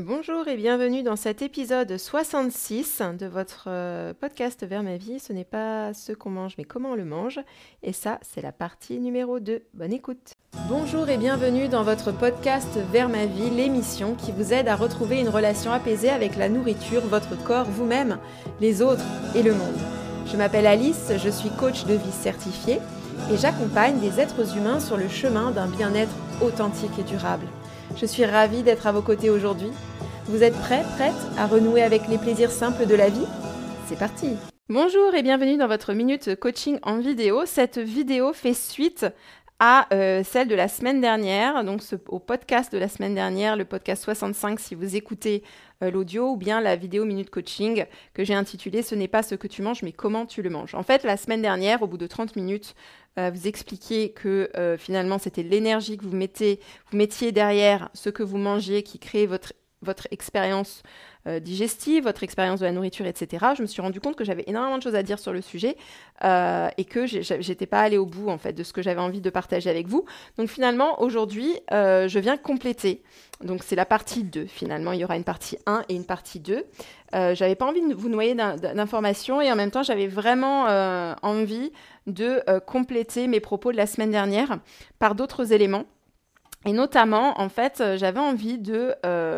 Bonjour et bienvenue dans cet épisode 66 de votre podcast Vers ma vie. Ce n'est pas ce qu'on mange mais comment on le mange. Et ça, c'est la partie numéro 2. Bonne écoute. Bonjour et bienvenue dans votre podcast Vers ma vie, l'émission qui vous aide à retrouver une relation apaisée avec la nourriture, votre corps, vous-même, les autres et le monde. Je m'appelle Alice, je suis coach de vie certifiée et j'accompagne des êtres humains sur le chemin d'un bien-être authentique et durable. Je suis ravie d'être à vos côtés aujourd'hui. Vous êtes prêts, prêtes à renouer avec les plaisirs simples de la vie ? C'est parti ! Bonjour et bienvenue dans votre minute coaching en vidéo. Cette vidéo fait suite à celle de la semaine dernière, donc au podcast de la semaine dernière, le podcast 65 si vous écoutez l'audio, ou bien la vidéo minute coaching que j'ai intitulée « Ce n'est pas ce que tu manges, mais comment tu le manges ». En fait, la semaine dernière, au bout de 30 minutes, vous expliquiez que finalement c'était l'énergie que vous mettiez derrière ce que vous mangez qui créait votre expérience digestive, votre expérience de la nourriture, etc. Je me suis rendu compte que j'avais énormément de choses à dire sur le sujet et que j'étais pas allée au bout en fait de ce que j'avais envie de partager avec vous. Donc finalement aujourd'hui je viens compléter. Donc c'est la partie 2 finalement. Il y aura une partie 1 et une partie 2. J'avais pas envie de vous noyer d'informations et en même temps j'avais vraiment envie de compléter mes propos de la semaine dernière par d'autres éléments. Et notamment, en fait, j'avais envie de...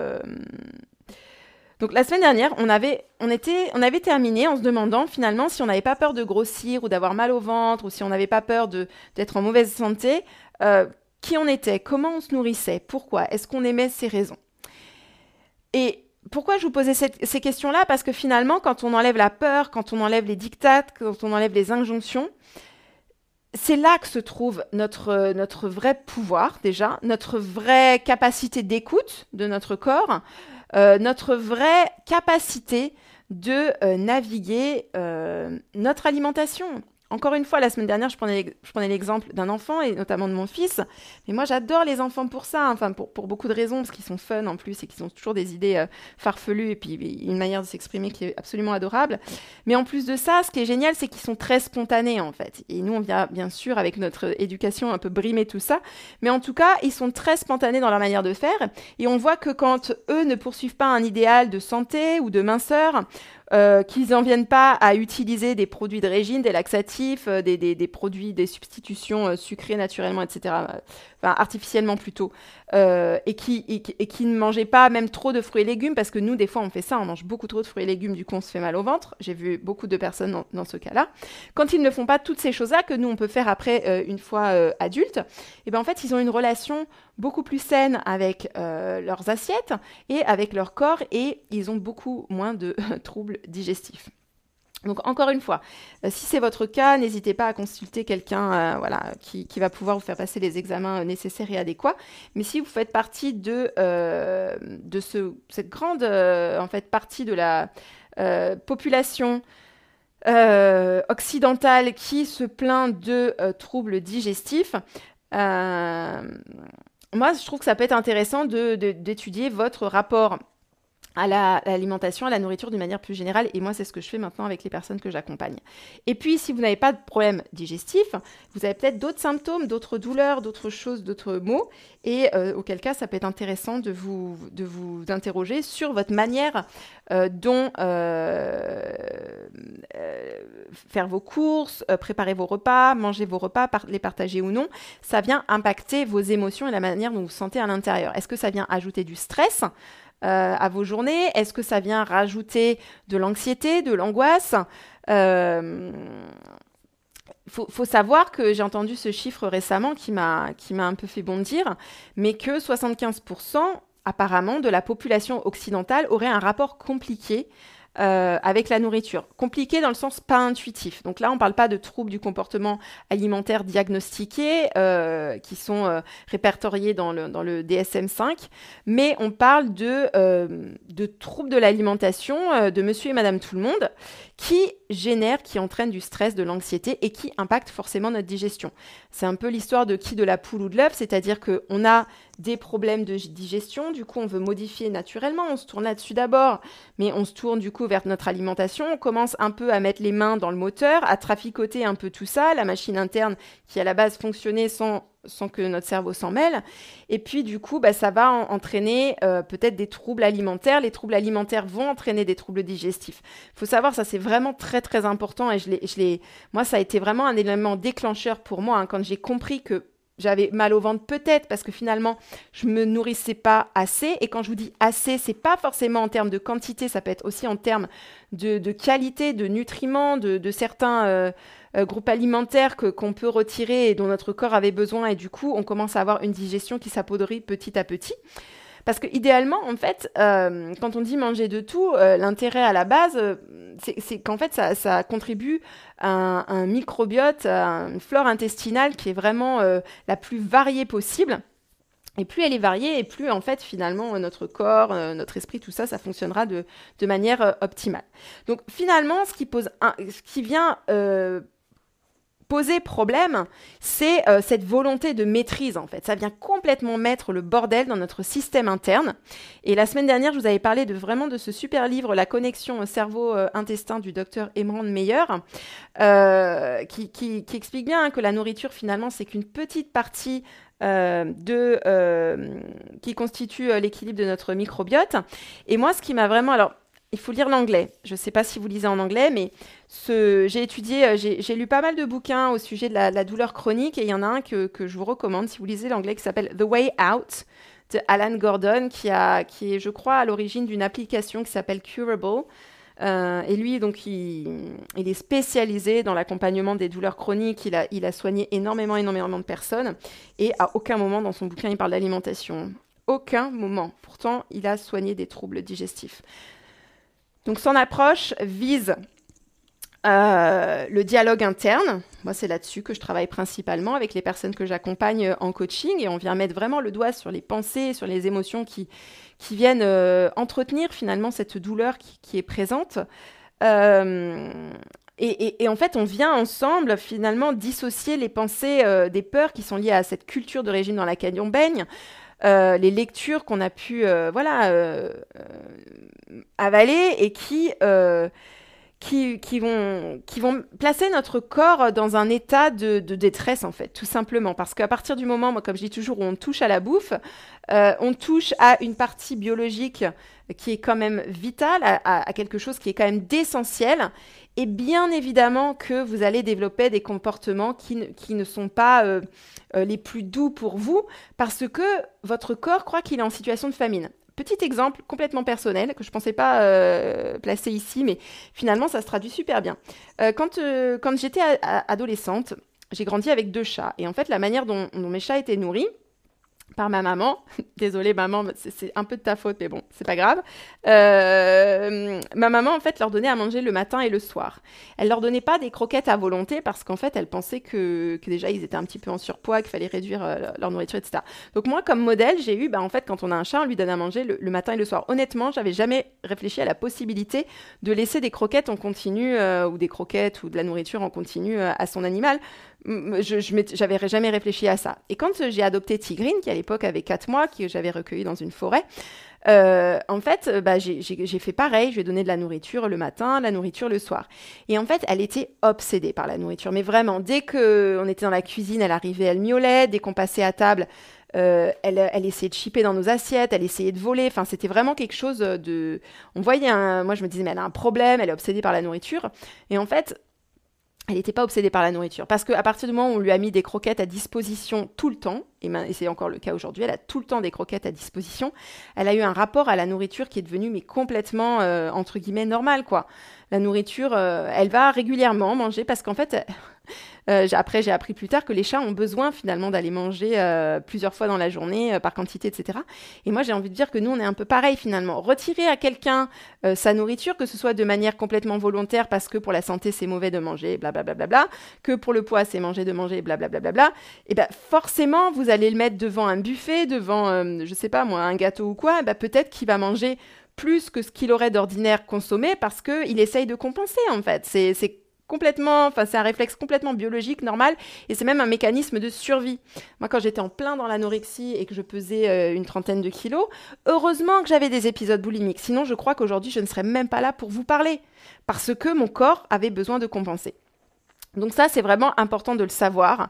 Donc la semaine dernière, on avait terminé en se demandant finalement si on n'avait pas peur de grossir ou d'avoir mal au ventre ou si on n'avait pas peur d'être en mauvaise santé, qui on était, comment on se nourrissait, pourquoi, est-ce qu'on aimait ces raisons. Et pourquoi je vous posais ces questions-là ? Parce que finalement, quand on enlève la peur, quand on enlève les diktats, quand on enlève les injonctions, c'est là que se trouve notre vrai pouvoir déjà, notre vraie capacité d'écoute de notre corps, notre vraie capacité de naviguer notre alimentation. Encore une fois, la semaine dernière, je prenais l'exemple d'un enfant et notamment de mon fils. Mais moi, j'adore les enfants pour ça, enfin pour beaucoup de raisons, parce qu'ils sont fun en plus et qu'ils ont toujours des idées farfelues et puis une manière de s'exprimer qui est absolument adorable. Mais en plus de ça, ce qui est génial, c'est qu'ils sont très spontanés en fait. Et nous, on vient bien sûr avec notre éducation un peu brimer tout ça. Mais en tout cas, ils sont très spontanés dans leur manière de faire. Et on voit que quand eux ne poursuivent pas un idéal de santé ou de minceur, qu'ils n'en viennent pas à utiliser des produits de régime, des laxatifs, des produits, des substitutions sucrées naturellement, etc., enfin artificiellement plutôt, et qui ne mangeaient pas même trop de fruits et légumes, parce que nous, des fois, on fait ça, on mange beaucoup trop de fruits et légumes, du coup, on se fait mal au ventre. J'ai vu beaucoup de personnes dans ce cas-là. Quand ils ne font pas toutes ces choses-là, que nous, on peut faire après, une fois adultes, et ben en fait, ils ont une relation beaucoup plus saine avec leurs assiettes et avec leur corps, et ils ont beaucoup moins de troubles digestifs. Donc encore une fois, si c'est votre cas, n'hésitez pas à consulter quelqu'un qui va pouvoir vous faire passer les examens nécessaires et adéquats. Mais si vous faites partie de cette grande en fait, partie de la population occidentale qui se plaint de troubles digestifs, moi je trouve que ça peut être intéressant d'étudier votre rapport à l'alimentation, à la nourriture d'une manière plus générale. Et moi, c'est ce que je fais maintenant avec les personnes que j'accompagne. Et puis, si vous n'avez pas de problème digestif, vous avez peut-être d'autres symptômes, d'autres douleurs, d'autres choses, d'autres maux. Et auquel cas, ça peut être intéressant de vous interroger sur votre manière dont faire vos courses, préparer vos repas, manger vos repas, les partager ou non. Ça vient impacter vos émotions et la manière dont vous vous sentez à l'intérieur. Est-ce que ça vient ajouter du stress à vos journées? Est-ce que ça vient rajouter de l'anxiété, de l'angoisse? Faut savoir que j'ai entendu ce chiffre récemment qui m'a un peu fait bondir, mais que 75% apparemment de la population occidentale aurait un rapport compliqué avec la nourriture. Compliqué dans le sens pas intuitif. Donc là, on ne parle pas de troubles du comportement alimentaire diagnostiqués qui sont répertoriés dans le DSM-5, mais on parle de troubles de l'alimentation de monsieur et madame tout le monde qui entraînent du stress, de l'anxiété et qui impactent forcément notre digestion. C'est un peu l'histoire de la poule ou de l'œuf, c'est-à-dire qu'on a des problèmes de digestion, du coup on veut modifier naturellement, on se tourne là-dessus d'abord, mais on se tourne du coup vers notre alimentation, on commence un peu à mettre les mains dans le moteur, à traficoter un peu tout ça, la machine interne qui à la base fonctionnait sans sans que notre cerveau s'en mêle. Et puis, du coup, ça va entraîner peut-être des troubles alimentaires. Les troubles alimentaires vont entraîner des troubles digestifs. Il faut savoir, ça, c'est vraiment très, très important. Et moi, ça a été vraiment un élément déclencheur pour moi, hein, quand j'ai compris que j'avais mal au ventre peut-être parce que finalement, je me nourrissais pas assez. Et quand je vous dis assez, c'est pas forcément en termes de quantité, ça peut être aussi en termes de qualité, de nutriments, de certains groupes alimentaires qu'on peut retirer et dont notre corps avait besoin. Et du coup, on commence à avoir une digestion qui s'appauvrit petit à petit. Parce que idéalement, en fait, quand on dit manger de tout, l'intérêt à la base, c'est qu'en fait, ça contribue à un microbiote, à une flore intestinale qui est vraiment la plus variée possible. Et plus elle est variée, et plus, en fait, finalement, notre corps, notre esprit, tout ça, ça fonctionnera de manière optimale. Donc, finalement, ce qui vient poser problème, c'est cette volonté de maîtrise, en fait. Ça vient complètement mettre le bordel dans notre système interne. Et la semaine dernière, je vous avais parlé vraiment de ce super livre, La connexion cerveau-intestin du docteur Emran Meyer, qui explique bien, hein, que la nourriture, finalement, c'est qu'une petite partie qui constitue l'équilibre de notre microbiote. Et moi, ce qui m'a vraiment... Alors, il faut lire l'anglais. Je ne sais pas si vous lisez en anglais, mais j'ai lu pas mal de bouquins au sujet de la douleur chronique, et il y en a un que je vous recommande si vous lisez l'anglais, qui s'appelle The Way Out, de Alan Gordon, qui est, je crois, à l'origine d'une application qui s'appelle Curable. Et lui, donc, il est spécialisé dans l'accompagnement des douleurs chroniques. Il a soigné énormément de personnes, et à aucun moment dans son bouquin, il parle d'alimentation. Aucun moment. Pourtant, il a soigné des troubles digestifs. Donc, son approche vise le dialogue interne. Moi, c'est là-dessus que je travaille principalement avec les personnes que j'accompagne en coaching, et on vient mettre vraiment le doigt sur les pensées, sur les émotions qui viennent entretenir finalement cette douleur qui est présente. Et en fait, on vient ensemble finalement dissocier les pensées des peurs qui sont liées à cette culture de régime dans laquelle on baigne. Les lectures qu'on a pu avaler, et qui vont placer notre corps dans un état de détresse, en fait, tout simplement. Parce qu'à partir du moment, moi, comme je dis toujours, où on touche à la bouffe, on touche à une partie biologique qui est quand même vitale, à quelque chose qui est quand même d'essentiel. Et bien évidemment que vous allez développer des comportements qui ne sont pas les plus doux pour vous, parce que votre corps croit qu'il est en situation de famine. Petit exemple complètement personnel que je ne pensais pas placer ici, mais finalement, ça se traduit super bien. Quand j'étais adolescente, j'ai grandi avec 2 chats. Et en fait, la manière dont mes chats étaient nourris par ma maman, désolée maman, c'est un peu de ta faute, mais bon, c'est pas grave. Ma maman, en fait, leur donnait à manger le matin et le soir. Elle leur donnait pas des croquettes à volonté, parce qu'en fait, elle pensait que déjà, ils étaient un petit peu en surpoids, qu'il fallait réduire leur nourriture, etc. Donc moi, comme modèle, j'ai eu, en fait, quand on a un chat, on lui donne à manger le matin et le soir. Honnêtement, j'avais jamais réfléchi à la possibilité de laisser des croquettes en continu, ou des croquettes ou de la nourriture en continu à son animal. J'avais jamais réfléchi à ça. Et quand j'ai adopté Tigrine, qui à l'époque avait 4 mois, que j'avais recueillie dans une forêt, en fait, j'ai fait pareil. Je lui ai donné de la nourriture le matin, la nourriture le soir. Et en fait, elle était obsédée par la nourriture. Mais vraiment, dès qu'on était dans la cuisine, elle arrivait, elle miaulait. Dès qu'on passait à table, elle essayait de chipper dans nos assiettes, elle essayait de voler. Enfin, c'était vraiment quelque chose de... On voyait moi, je me disais, mais elle a un problème, elle est obsédée par la nourriture. Et en fait... Elle n'était pas obsédée par la nourriture. Parce qu'à partir du moment où on lui a mis des croquettes à disposition tout le temps, et c'est encore le cas aujourd'hui, elle a tout le temps des croquettes à disposition, elle a eu un rapport à la nourriture qui est devenu complètement, entre guillemets, normal, quoi. La nourriture, elle va régulièrement manger, parce qu'en fait, après, j'ai appris plus tard que les chats ont besoin finalement d'aller manger plusieurs fois dans la journée, par quantité, etc. Et moi, j'ai envie de dire que nous, on est un peu pareil finalement. Retirer à quelqu'un sa nourriture, que ce soit de manière complètement volontaire, parce que pour la santé, c'est mauvais de manger, blablabla, que pour le poids, c'est manger de manger, blablabla, et bien forcément, vous allez le mettre devant un buffet, devant, je sais pas moi, un gâteau ou quoi, peut-être qu'il va manger plus que ce qu'il aurait d'ordinaire consommé, parce qu'il essaye de compenser, en fait. C'est un réflexe complètement biologique, normal, et c'est même un mécanisme de survie. Moi, quand j'étais en plein dans l'anorexie et que je pesais une 30aine de kilos, heureusement que j'avais des épisodes boulimiques. Sinon, je crois qu'aujourd'hui, je ne serais même pas là pour vous parler, parce que mon corps avait besoin de compenser. Donc ça, c'est vraiment important de le savoir,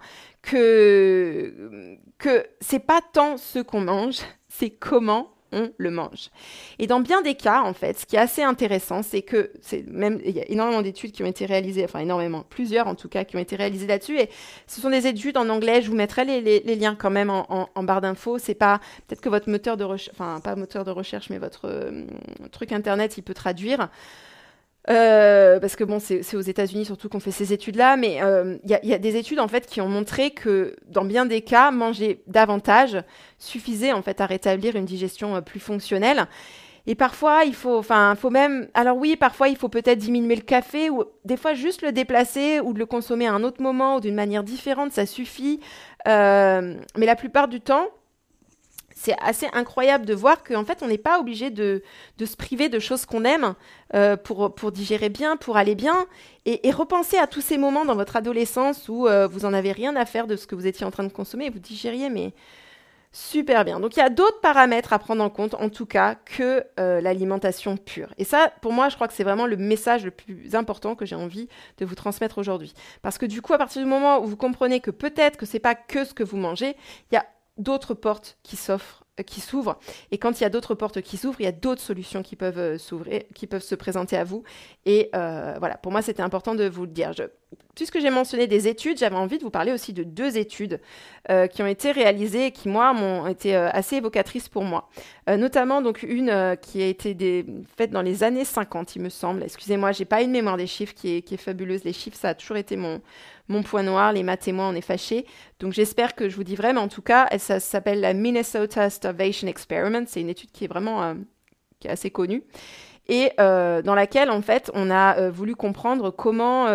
que c'est pas tant ce qu'on mange, c'est comment on le mange. Et dans bien des cas, en fait, ce qui est assez intéressant, c'est que il y a énormément d'études qui ont été réalisées, enfin énormément, plusieurs en tout cas, qui ont été réalisées là-dessus. Et ce sont des études en anglais. Je vous mettrai les liens quand même en barre d'infos. C'est pas peut-être que votre moteur de recherche, enfin pas moteur de recherche, mais votre truc internet, il peut traduire. Parce que bon, c'est aux États-Unis surtout qu'on fait ces études-là, mais y a des études en fait qui ont montré que dans bien des cas, manger davantage suffisait en fait à rétablir une digestion plus fonctionnelle. Et parfois, faut même, alors oui, parfois il faut peut-être diminuer le café ou des fois juste le déplacer ou de le consommer à un autre moment ou d'une manière différente, ça suffit. Mais la plupart du temps, c'est assez incroyable de voir qu'en fait, on n'est pas obligé de se priver de choses qu'on aime pour digérer bien, pour aller bien. Et repensez à tous ces moments dans votre adolescence où vous en avez rien à faire de ce que vous étiez en train de consommer et vous digériez, mais super bien. Donc, il y a d'autres paramètres à prendre en compte, en tout cas, que l'alimentation pure. Et ça, pour moi, je crois que c'est vraiment le message le plus important que j'ai envie de vous transmettre aujourd'hui. Parce que du coup, à partir du moment où vous comprenez que peut-être que c'est pas que ce que vous mangez, il y a d'autres portes qui s'ouvrent. Et quand il y a d'autres portes qui s'ouvrent, il y a d'autres solutions qui peuvent s'ouvrir, qui peuvent se présenter à vous. Et voilà, pour moi, c'était important de vous le dire. Puisque j'ai mentionné des études, j'avais envie de vous parler aussi de 2 études qui ont été réalisées et qui, moi, m'ont été assez évocatrices pour moi. Notamment, donc, une qui a été faite dans les années 50, il me semble. Excusez-moi, j'ai pas une mémoire des chiffres qui est fabuleuse. Les chiffres, ça a toujours été mon point noir. Les maths et moi, on est fâchés. Donc, j'espère que je vous dis vrai, mais en tout cas, ça s'appelle la Minnesota Starvation Experiment. C'est une étude qui est vraiment qui est assez connue et dans laquelle, en fait, on a voulu comprendre comment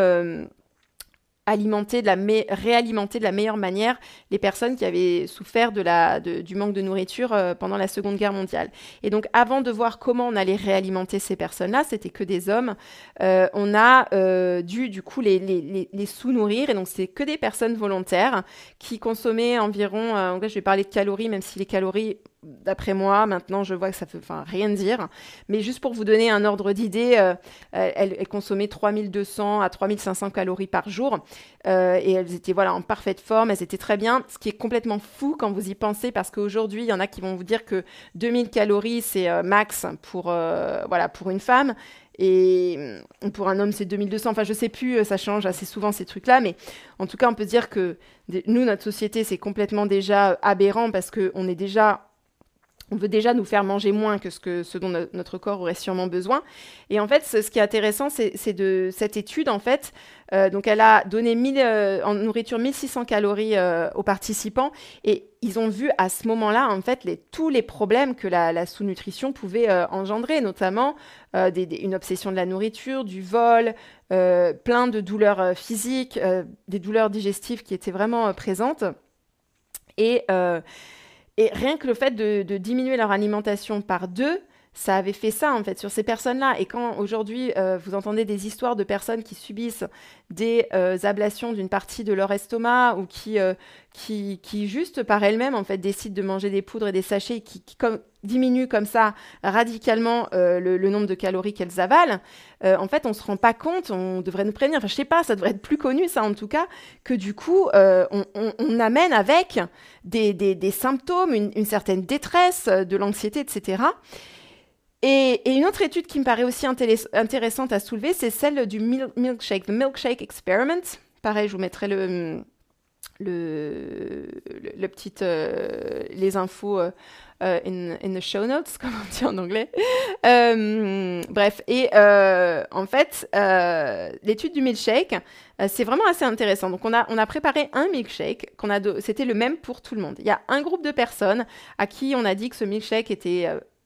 réalimenter de la meilleure manière les personnes qui avaient souffert du manque de nourriture pendant la Seconde Guerre mondiale. Et donc, avant de voir comment on allait réalimenter ces personnes-là, c'était que des hommes, on a dû du coup les sous-nourrir. Et donc, c'est que des personnes volontaires qui consommaient environ, donc là, je vais parler de calories, même si les calories, d'après moi, maintenant, je vois que ça ne veut rien dire. Mais juste pour vous donner un ordre d'idée, elles consommaient 3200 à 3500 calories par jour. Et elles étaient en parfaite forme, elles étaient très bien. Ce qui est complètement fou quand vous y pensez, parce qu'aujourd'hui, il y en a qui vont vous dire que 2000 calories, c'est max pour une femme. Et pour un homme, c'est 2200. Enfin, je sais plus, ça change assez souvent ces trucs-là. Mais en tout cas, on peut se dire que nous, notre société, c'est complètement déjà aberrant parce qu'on est déjà... On veut déjà nous faire manger moins que ce dont notre corps aurait sûrement besoin. Et en fait, ce qui est intéressant, c'est de cette étude, en fait. Donc, elle a donné en nourriture 1600 calories aux participants. Et ils ont vu à ce moment-là, en fait, tous les problèmes que la sous-nutrition pouvait engendrer, notamment une obsession de la nourriture, du vol, plein de douleurs physiques, des douleurs digestives qui étaient vraiment présentes. Et rien que le fait de diminuer leur alimentation par 2, ça avait fait ça, en fait, sur ces personnes-là. Et quand, aujourd'hui, vous entendez des histoires de personnes qui subissent des ablations d'une partie de leur estomac ou qui juste par elles-mêmes, en fait, décident de manger des poudres et des sachets qui diminuent comme ça radicalement le nombre de calories qu'elles avalent, en fait, on ne se rend pas compte, on devrait nous prévenir, enfin, je sais pas, ça devrait être plus connu, ça, en tout cas, que du coup, on amène avec des symptômes, une certaine détresse, de l'anxiété, etc. Et une autre étude qui me paraît aussi intéressante à soulever, c'est celle du milkshake, the milkshake experiment. Pareil, je vous mettrai les infos in the show notes, comme on dit en anglais. Bref, et en fait, l'étude du milkshake, c'est vraiment assez intéressant. Donc, on a préparé un milkshake, c'était le même pour tout le monde. Il y a un groupe de personnes à qui on a dit que ce milkshake était...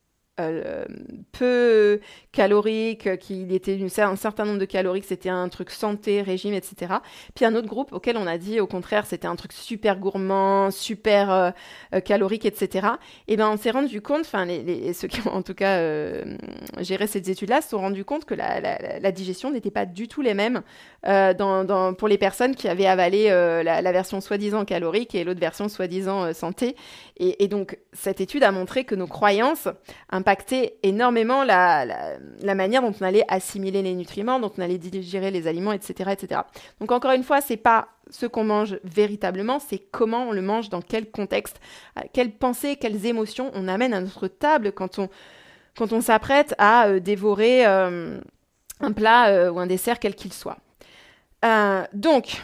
peu calorique, qu'il était un certain nombre de calories, que c'était un truc santé, régime, etc. Puis un autre groupe auquel on a dit, au contraire, c'était un truc super gourmand, super calorique, etc. Et ben on s'est rendu compte, enfin ceux qui ont en tout cas géré ces études-là se sont rendus compte que la digestion n'était pas du tout les mêmes pour les personnes qui avaient avalé la version soi-disant calorique et l'autre version soi-disant santé. Et donc cette étude a montré que nos croyances impacté énormément la manière dont on allait assimiler les nutriments, dont on allait digérer les aliments, etc., etc. Donc encore une fois, c'est pas ce qu'on mange véritablement, c'est comment on le mange, dans quel contexte, quelles pensées, quelles émotions on amène à notre table quand on s'apprête à dévorer un plat ou un dessert quel qu'il soit. Donc,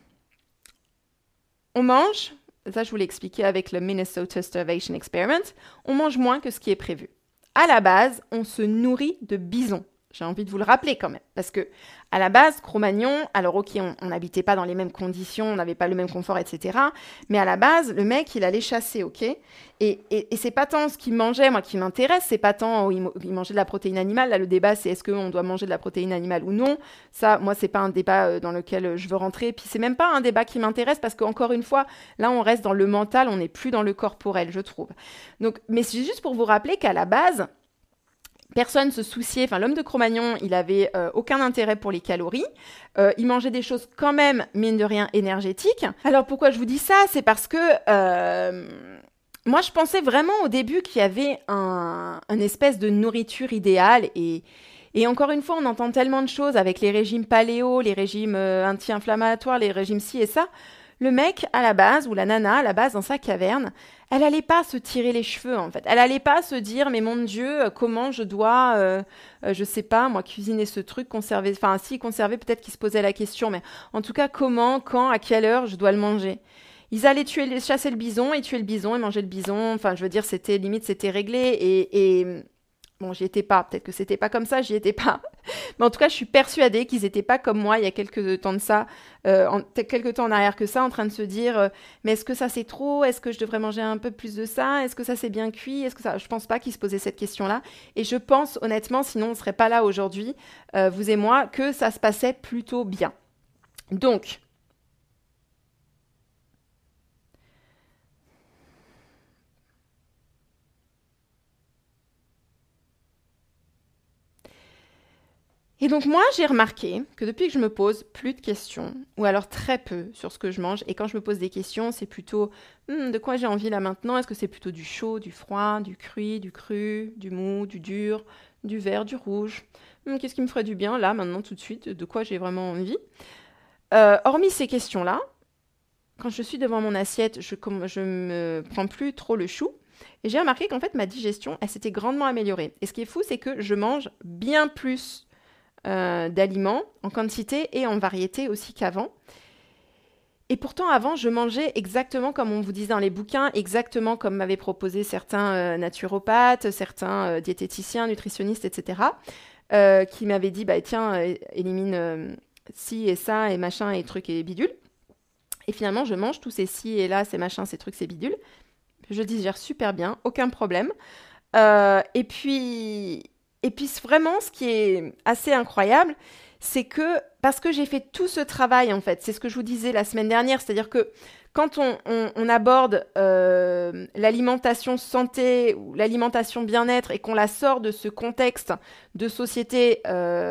on mange, ça je vous l'ai expliqué avec le Minnesota Starvation Experiment, on mange moins que ce qui est prévu. À la base, on se nourrit de bisons. J'ai envie de vous le rappeler quand même, parce que à la base, Cro-Magnon, alors ok, on n'habitait pas dans les mêmes conditions, on n'avait pas le même confort, etc. Mais à la base, le mec, il allait chasser, ok. Et c'est pas tant ce qu'il mangeait, moi, qui m'intéresse, c'est pas tant où il mangeait de la protéine animale. Là, le débat, c'est est-ce qu'on doit manger de la protéine animale ou non. Ça, moi, c'est pas un débat dans lequel je veux rentrer. Puis c'est même pas un débat qui m'intéresse, parce qu'encore une fois, là, on reste dans le mental, on n'est plus dans le corporel, je trouve. Donc, mais c'est juste pour vous rappeler qu'à la base, personne se souciait, enfin l'homme de Cro-Magnon, il avait aucun intérêt pour les calories. Il mangeait des choses quand même, mine de rien, énergétiques. Alors pourquoi je vous dis ça? C'est parce que moi je pensais vraiment au début qu'il y avait un espèce de nourriture idéale et encore une fois, on entend tellement de choses avec les régimes paléo, les régimes anti-inflammatoires, les régimes ci et ça. Le mec, à la base, ou la nana, à la base, dans sa caverne, elle allait pas se tirer les cheveux, en fait. Elle allait pas se dire, mais mon Dieu, comment je dois, je sais pas, moi, cuisiner ce truc, conserver, enfin, si, conserver, peut-être qu'il se posait la question, mais en tout cas, comment, quand, à quelle heure je dois le manger. Ils allaient chasser le bison, et tuer le bison, et manger le bison, enfin, je veux dire, c'était réglé, et bon, j'y étais pas. Peut-être que c'était pas comme ça, j'y étais pas. Mais en tout cas, je suis persuadée qu'ils étaient pas comme moi il y a quelques temps de ça, quelques temps en arrière que ça, en train de se dire mais est-ce que ça c'est trop? Est-ce que je devrais manger un peu plus de ça? Est-ce que ça c'est bien cuit? Est-ce que ça... Je pense pas qu'ils se posaient cette question-là. Et je pense honnêtement, sinon on serait pas là aujourd'hui, vous et moi, que ça se passait plutôt bien. Donc, et donc moi, j'ai remarqué que depuis que je me pose plus de questions, ou alors très peu sur ce que je mange, et quand je me pose des questions, c'est plutôt de quoi j'ai envie là maintenant? Est-ce que c'est plutôt du chaud, du froid, du cuit, du cru, du mou, du dur, du vert, du rouge? Qu'est-ce qui me ferait du bien là maintenant tout de suite? De quoi j'ai vraiment envie? Hormis ces questions-là, quand je suis devant mon assiette, je me prends plus trop le chou. Et j'ai remarqué qu'en fait, ma digestion, elle s'était grandement améliorée. Et ce qui est fou, c'est que je mange bien plus d'aliments en quantité et en variété aussi qu'avant. Et pourtant, avant, je mangeais exactement comme on vous disait dans les bouquins, exactement comme m'avaient proposé certains naturopathes, certains diététiciens, nutritionnistes, etc., qui m'avaient dit, bah tiens, élimine ci et ça et machin et trucs et bidules. Et finalement, je mange tous ces ci et là, ces machins, ces trucs, ces bidules. Je digère super bien, aucun problème. Et puis vraiment, ce qui est assez incroyable, c'est que, parce que j'ai fait tout ce travail, en fait, c'est ce que je vous disais la semaine dernière, c'est-à-dire que quand on aborde l'alimentation santé ou l'alimentation bien-être et qu'on la sort de ce contexte de société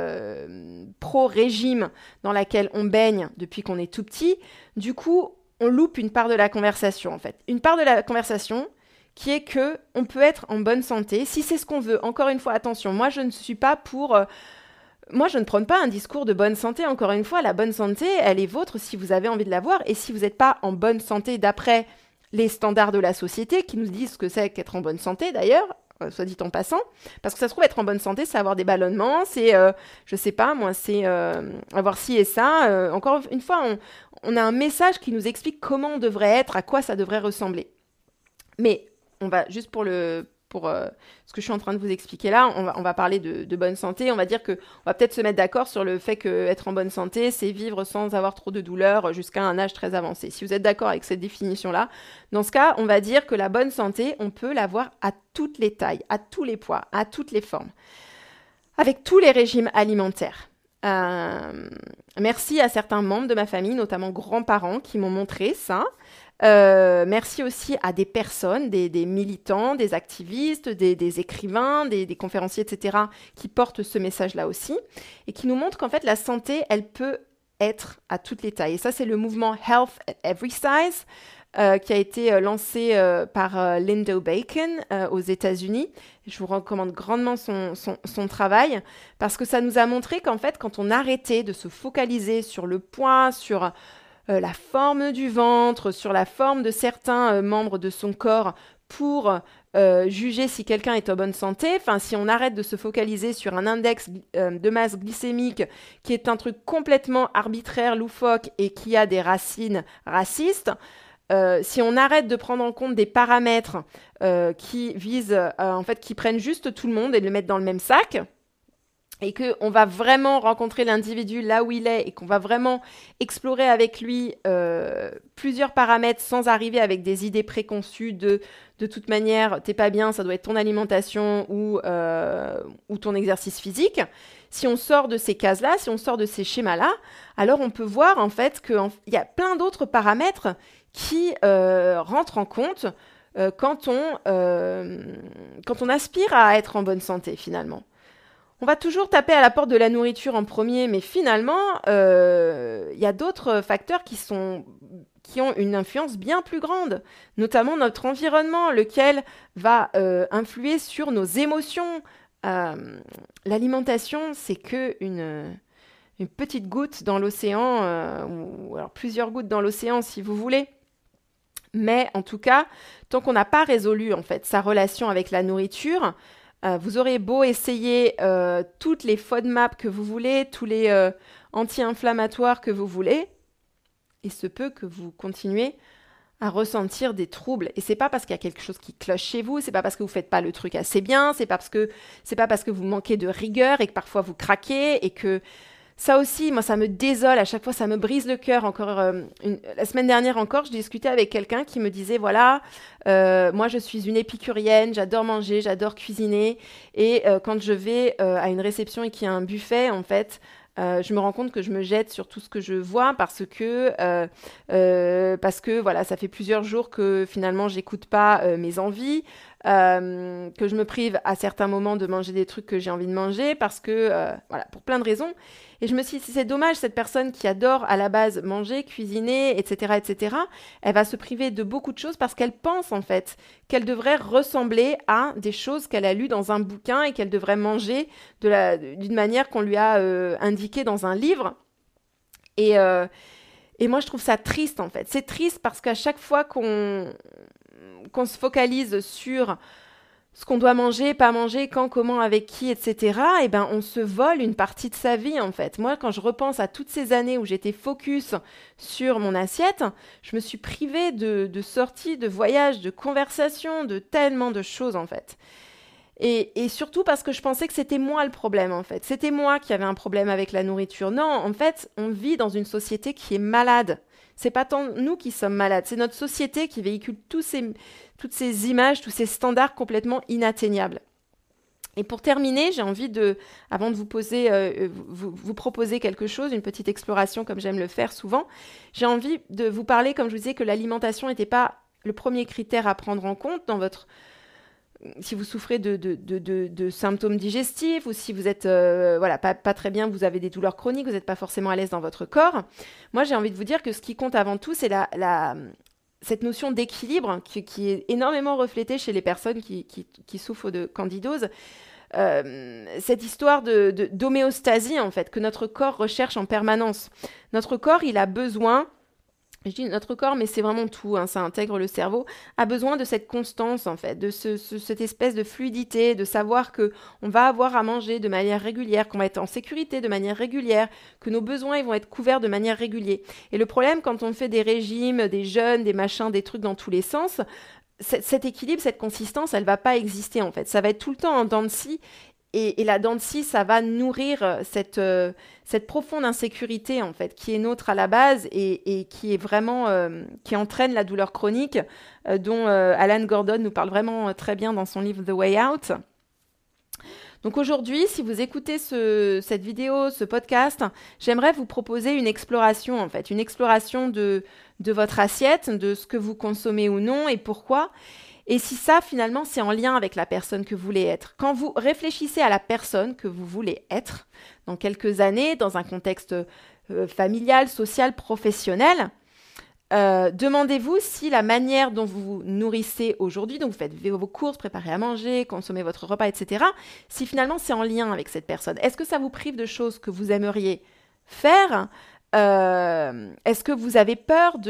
pro-régime dans laquelle on baigne depuis qu'on est tout petit, du coup, on loupe une part de la conversation, en fait. Une part de la conversation qui est que on peut être en bonne santé, si c'est ce qu'on veut. Encore une fois, attention, moi je ne suis pas pour... moi je ne prône pas un discours de bonne santé. Encore une fois, la bonne santé, elle est vôtre si vous avez envie de l'avoir. Et si vous n'êtes pas en bonne santé d'après les standards de la société, qui nous disent ce que c'est qu'être en bonne santé d'ailleurs, soit dit en passant, parce que ça se trouve être en bonne santé, c'est avoir des ballonnements, c'est, je sais pas, moi, c'est avoir ci et ça. Encore une fois, on a un message qui nous explique comment on devrait être, à quoi ça devrait ressembler. Mais on va juste pour ce que je suis en train de vous expliquer là, on va parler de bonne santé. On va dire que on va peut-être se mettre d'accord sur le fait qu'être en bonne santé, c'est vivre sans avoir trop de douleurs jusqu'à un âge très avancé. Si vous êtes d'accord avec cette définition-là, dans ce cas, on va dire que la bonne santé, on peut l'avoir à toutes les tailles, à tous les poids, à toutes les formes, avec tous les régimes alimentaires. Merci à certains membres de ma famille, notamment grands-parents, qui m'ont montré ça. Merci aussi à des personnes, des militants, des activistes, des écrivains, des conférenciers, etc., qui portent ce message-là aussi et qui nous montrent qu'en fait, la santé, elle peut être à toutes les tailles. Et ça, c'est le mouvement Health at Every Size. qui a été lancé par Lindo Bacon aux États-Unis. Je vous recommande grandement son travail parce que ça nous a montré qu'en fait, quand on arrêtait de se focaliser sur le poids, sur la forme du ventre, sur la forme de certains membres de son corps pour juger si quelqu'un est en bonne santé, enfin si on arrête de se focaliser sur un index de masse glycémique qui est un truc complètement arbitraire, loufoque et qui a des racines racistes, si on arrête de prendre en compte des paramètres qui visent, en fait, qui prennent juste tout le monde et le mettent dans le même sac, et qu'on va vraiment rencontrer l'individu là où il est et qu'on va vraiment explorer avec lui plusieurs paramètres sans arriver avec des idées préconçues de toute manière, t'es pas bien, ça doit être ton alimentation ou ton exercice physique. Si on sort de ces cases-là, si on sort de ces schémas-là, alors on peut voir en fait qu'il y a plein d'autres paramètres qui rentrent en compte quand on aspire à être en bonne santé finalement. On va toujours taper à la porte de la nourriture en premier, mais finalement, y a d'autres facteurs qui ont une influence bien plus grande, notamment notre environnement, lequel va influer sur nos émotions. L'alimentation, c'est qu'une petite goutte dans l'océan, ou alors plusieurs gouttes dans l'océan si vous voulez. Mais en tout cas, tant qu'on n'a pas résolu en fait sa relation avec la nourriture, vous aurez beau essayer toutes les FODMAP que vous voulez, tous les anti-inflammatoires que vous voulez, il se peut que vous continuez à ressentir des troubles. Et c'est pas parce qu'il y a quelque chose qui cloche chez vous, c'est pas parce que vous faites pas le truc assez bien, c'est pas parce que vous manquez de rigueur et que parfois vous craquez et que ça aussi, moi, ça me désole. À chaque fois, ça me brise le cœur. Encore la semaine dernière encore, je discutais avec quelqu'un qui me disait, voilà, moi, je suis une épicurienne, j'adore manger, j'adore cuisiner. Et quand je vais à une réception et qu'il y a un buffet, en fait, je me rends compte que je me jette sur tout ce que je vois parce que voilà, ça fait plusieurs jours que finalement, j'écoute pas mes envies. Que je me prive à certains moments de manger des trucs que j'ai envie de manger parce que, voilà, pour plein de raisons. Et je me suis dit, c'est dommage, cette personne qui adore à la base manger, cuisiner, etc., elle va se priver de beaucoup de choses parce qu'elle pense en fait qu'elle devrait ressembler à des choses qu'elle a lues dans un bouquin et qu'elle devrait manger d'une manière qu'on lui a indiquée dans un livre. Et moi, je trouve ça triste en fait. C'est triste parce qu'à chaque fois qu'on se focalise sur ce qu'on doit manger, pas manger, quand, comment, avec qui, etc., eh ben, on se vole une partie de sa vie, en fait. Moi, quand je repense à toutes ces années où j'étais focus sur mon assiette, je me suis privée de sorties, de voyages, de conversations, de tellement de choses, en fait. Et surtout parce que je pensais que c'était moi le problème, en fait. C'était moi qui avais un problème avec la nourriture. Non, en fait, on vit dans une société qui est malade. C'est pas tant nous qui sommes malades, c'est notre société qui véhicule toutes ces images, tous ces standards complètement inatteignables. Et pour terminer, j'ai envie avant de vous proposer quelque chose, une petite exploration comme j'aime le faire souvent, j'ai envie de vous parler, comme je vous disais, que l'alimentation n'était pas le premier critère à prendre en compte si vous souffrez de symptômes digestifs ou si vous êtes pas très bien, vous avez des douleurs chroniques, vous n'êtes pas forcément à l'aise dans votre corps. Moi, j'ai envie de vous dire que ce qui compte avant tout, c'est cette notion d'équilibre qui est énormément reflétée chez les personnes qui souffrent de candidose. Cette histoire d'homéostasie, en fait, que notre corps recherche en permanence. Notre corps, il a besoin... Je dis notre corps, mais c'est vraiment tout, hein, ça intègre le cerveau, a besoin de cette constance en fait, de cette espèce de fluidité, de savoir que on va avoir à manger de manière régulière, qu'on va être en sécurité de manière régulière, que nos besoins ils vont être couverts de manière régulière. Et le problème quand on fait des régimes, des jeûnes, des machins, des trucs dans tous les sens, cet équilibre, cette consistance, elle va pas exister en fait. Ça va être tout le temps en dents de scie. Et la dent de scie, ça va nourrir cette profonde insécurité en fait, qui est nôtre à la base et qui est vraiment qui entraîne la douleur chronique, dont Alan Gordon nous parle vraiment très bien dans son livre The Way Out. Donc aujourd'hui, si vous écoutez cette vidéo, ce podcast, j'aimerais vous proposer une exploration en fait, une exploration de votre assiette, de ce que vous consommez ou non et pourquoi. Et si ça, finalement, c'est en lien avec la personne que vous voulez être. Quand vous réfléchissez à la personne que vous voulez être, dans quelques années, dans un contexte familial, social, professionnel, Demandez-vous si la manière dont vous vous nourrissez aujourd'hui, donc vous faites vos courses, préparez à manger, consommez votre repas, etc., si finalement c'est en lien avec cette personne. Est-ce que ça vous prive de choses que vous aimeriez faire? Est-ce que vous avez peur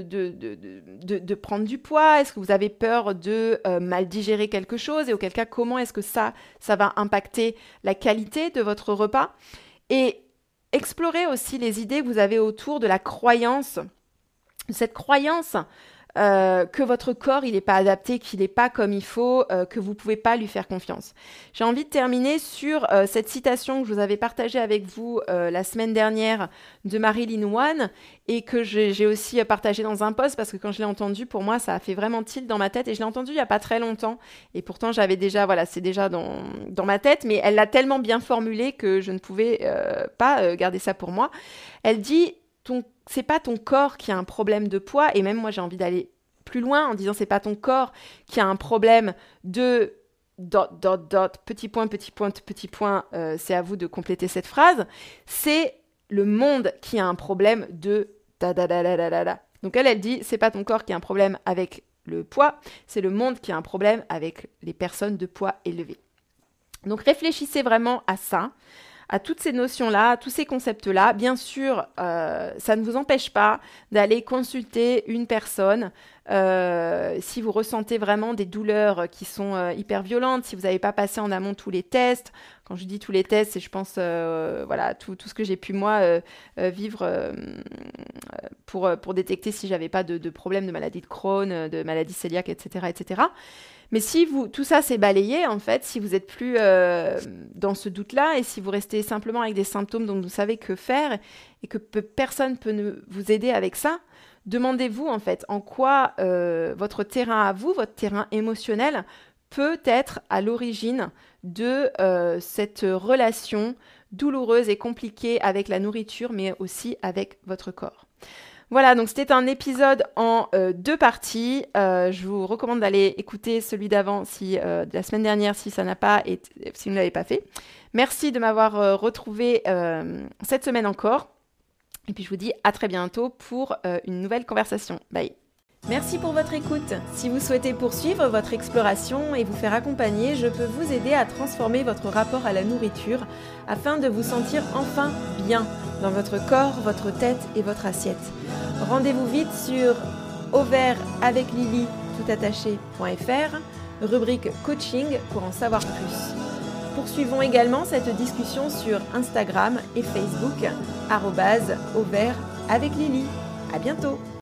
de prendre du poids? Est-ce que vous avez peur de mal digérer quelque chose? Et auquel cas, comment est-ce que ça va impacter la qualité de votre repas? Et explorez aussi les idées que vous avez autour de la croyance, cette croyance que votre corps il n'est pas adapté, qu'il n'est pas comme il faut, que vous ne pouvez pas lui faire confiance. J'ai envie de terminer sur cette citation que je vous avais partagée avec vous la semaine dernière de Marilyn One et que j'ai aussi partagée dans un post parce que quand je l'ai entendue, pour moi, ça a fait vraiment tilt dans ma tête et je l'ai entendue il n'y a pas très longtemps et pourtant j'avais déjà, voilà, c'est déjà dans ma tête, mais elle l'a tellement bien formulée que je ne pouvais pas garder ça pour moi. Elle dit c'est pas ton corps qui a un problème de poids, et même moi j'ai envie d'aller plus loin en disant c'est pas ton corps qui a un problème de petit point, c'est à vous de compléter cette phrase, c'est le monde qui a un problème de da. Donc elle dit c'est pas ton corps qui a un problème avec le poids, c'est le monde qui a un problème avec les personnes de poids élevé. Donc réfléchissez vraiment à ça, à toutes ces notions-là, à tous ces concepts-là. Bien sûr, ça ne vous empêche pas d'aller consulter une personne si vous ressentez vraiment des douleurs qui sont hyper violentes, si vous n'avez pas passé en amont tous les tests. Quand je dis tous les tests, c'est je pense voilà, tout ce que j'ai pu moi vivre pour détecter si j'avais pas de problème de maladie de Crohn, de maladie cœliaque, etc., etc. Mais si tout ça s'est balayé, en fait, si vous n'êtes plus dans ce doute-là et si vous restez simplement avec des symptômes dont vous savez que faire et que personne peut vous aider avec ça, demandez-vous en fait en quoi votre terrain à vous, votre terrain émotionnel, peut être à l'origine de cette relation douloureuse et compliquée avec la nourriture, mais aussi avec votre corps. Voilà, donc c'était un épisode en 2 parties. Je vous recommande d'aller écouter celui d'avant, de la semaine dernière, si vous ne l'avez pas fait. Merci de m'avoir retrouvé cette semaine encore. Et puis je vous dis à très bientôt pour une nouvelle conversation. Bye. Merci pour votre écoute. Si vous souhaitez poursuivre votre exploration et vous faire accompagner, je peux vous aider à transformer votre rapport à la nourriture afin de vous sentir enfin bien dans votre corps, votre tête et votre assiette. Rendez-vous vite sur auvertaveclily.fr, rubrique coaching pour en savoir plus. Poursuivons également cette discussion sur Instagram et Facebook @auvertaveclily. À bientôt.